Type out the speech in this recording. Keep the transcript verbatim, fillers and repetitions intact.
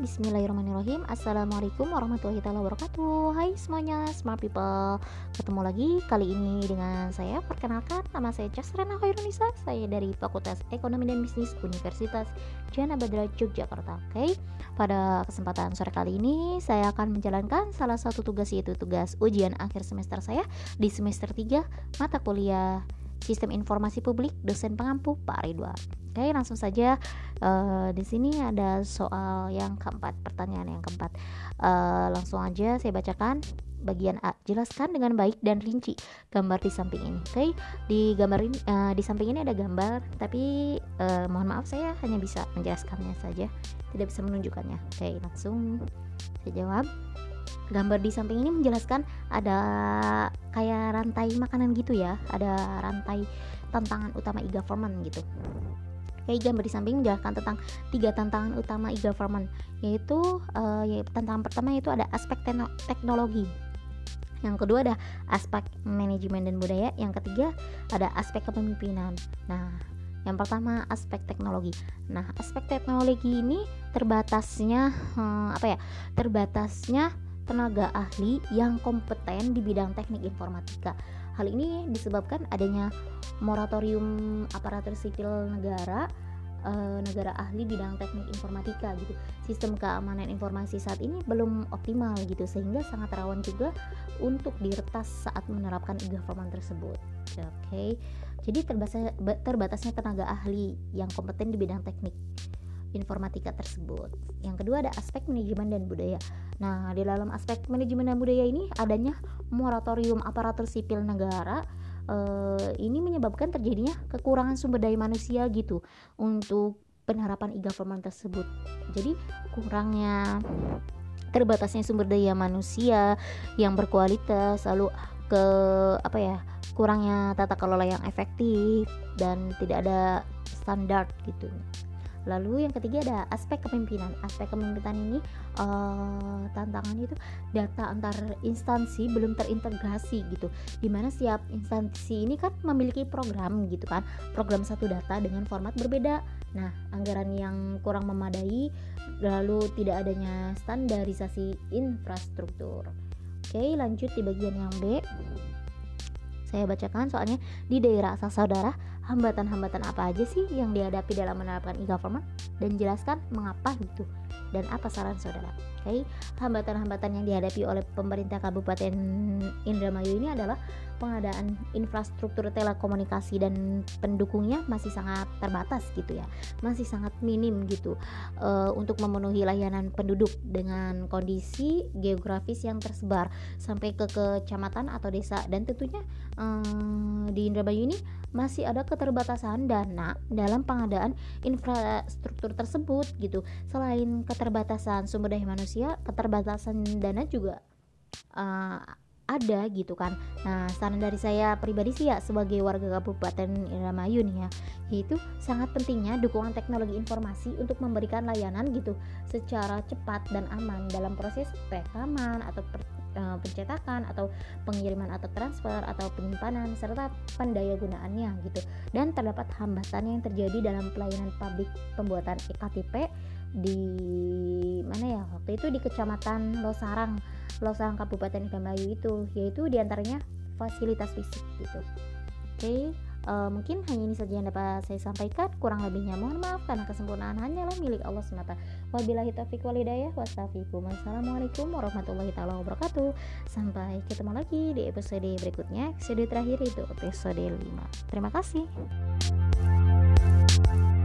Bismillahirrahmanirrahim. Assalamualaikum warahmatullahi wabarakatuh. Hai semuanya, smart people. Ketemu lagi kali ini dengan saya. Perkenalkan, nama saya Casrena Khairunisa. Saya dari Fakultas Ekonomi dan Bisnis Universitas Djana Badra Yogyakarta. Oke. Pada kesempatan sore kali ini saya akan menjalankan salah satu tugas, yaitu tugas ujian akhir semester saya di semester tiga mata kuliah Sistem Informasi Publik, dosen pengampu Pak Ridwan. Oke, langsung saja. Uh, di sini ada soal yang keempat, pertanyaan yang keempat. Uh, langsung aja saya bacakan bagian A. Jelaskan dengan baik dan rinci gambar di samping ini. Oke, di gambar ini, uh, di samping ini ada gambar, tapi uh, mohon maaf saya hanya bisa menjelaskannya saja, tidak bisa menunjukkannya. Oke, langsung saya jawab. Gambar di samping ini menjelaskan ada kayak rantai makanan gitu ya, ada rantai tantangan utama e-government gitu. Kayak gambar di samping menjelaskan tentang tiga tantangan utama e-government, yaitu uh, ya, tantangan pertama yaitu ada aspek te- teknologi, yang kedua ada aspek manajemen dan budaya, yang ketiga ada aspek kepemimpinan. Nah, yang pertama aspek teknologi. Nah, aspek teknologi ini terbatasnya hmm, apa ya? Terbatasnya tenaga ahli yang kompeten di bidang teknik informatika. Hal ini disebabkan adanya moratorium aparatur sipil negara, e, negara ahli bidang teknik informatika gitu. Sistem keamanan informasi saat ini belum optimal gitu, sehingga sangat rawan juga untuk diretas saat menerapkan e-government tersebut. Oke, okay. Jadi terbatas, terbatasnya tenaga ahli yang kompeten di bidang teknik informatika tersebut. Yang kedua ada aspek manajemen dan budaya. Nah, di dalam aspek manajemen dan budaya ini adanya moratorium aparatur sipil negara. Uh, ini menyebabkan terjadinya kekurangan sumber daya manusia gitu untuk penerapan e-government tersebut. Jadi kurangnya, terbatasnya sumber daya manusia yang berkualitas, lalu ke apa ya kurangnya tata kelola yang efektif dan tidak ada standar gitu. Lalu yang ketiga ada aspek kepemimpinan. Aspek kepemimpinan ini uh, tantangannya itu data antar instansi belum terintegrasi gitu, dimana setiap instansi ini kan memiliki program gitu kan, program satu data dengan format berbeda. Nah, anggaran yang kurang memadai, lalu tidak adanya standarisasi infrastruktur. Oke, lanjut di bagian yang B. Saya bacakan soalnya. Di daerah asal saudara, hambatan-hambatan apa aja sih yang dihadapi dalam menerapkan e-government, dan jelaskan mengapa gitu dan apa saran saudara. Oke, okay. Hambatan-hambatan yang dihadapi oleh pemerintah Kabupaten Indramayu ini adalah pengadaan infrastruktur telekomunikasi dan pendukungnya masih sangat terbatas gitu ya, masih sangat minim gitu uh, untuk memenuhi layanan penduduk dengan kondisi geografis yang tersebar sampai ke kecamatan atau desa, dan tentunya um, di Indramayu ini masih ada keterbatasan dana dalam pengadaan infrastruktur tersebut gitu. Selain keterbatasan sumber daya manusia, keterbatasan dana juga uh, ada gitu kan. Nah, saran dari saya pribadi sih ya sebagai warga Kabupaten Indramayu nih ya, yaitu sangat pentingnya dukungan teknologi informasi untuk memberikan layanan gitu secara cepat dan aman dalam proses rekaman atau per, e, pencetakan atau pengiriman atau transfer atau penyimpanan serta pendayagunaannya gitu. Dan terdapat hambatan yang terjadi dalam pelayanan publik pembuatan E K T P di mana ya waktu itu di Kecamatan Losarang Losarang Kabupaten Indramayu itu, yaitu diantaranya fasilitas fisik gitu. Oke, uh, mungkin hanya ini saja yang dapat saya sampaikan. Kurang lebihnya mohon maaf, karena kesempurnaan hanyalah milik Allah semata. Wabillahi taufiq wal hidayah. Wassalamualaikum warahmatullahi wabarakatuh. Sampai ketemu lagi di episode berikutnya. Episode terakhir itu episode lima. Terima kasih.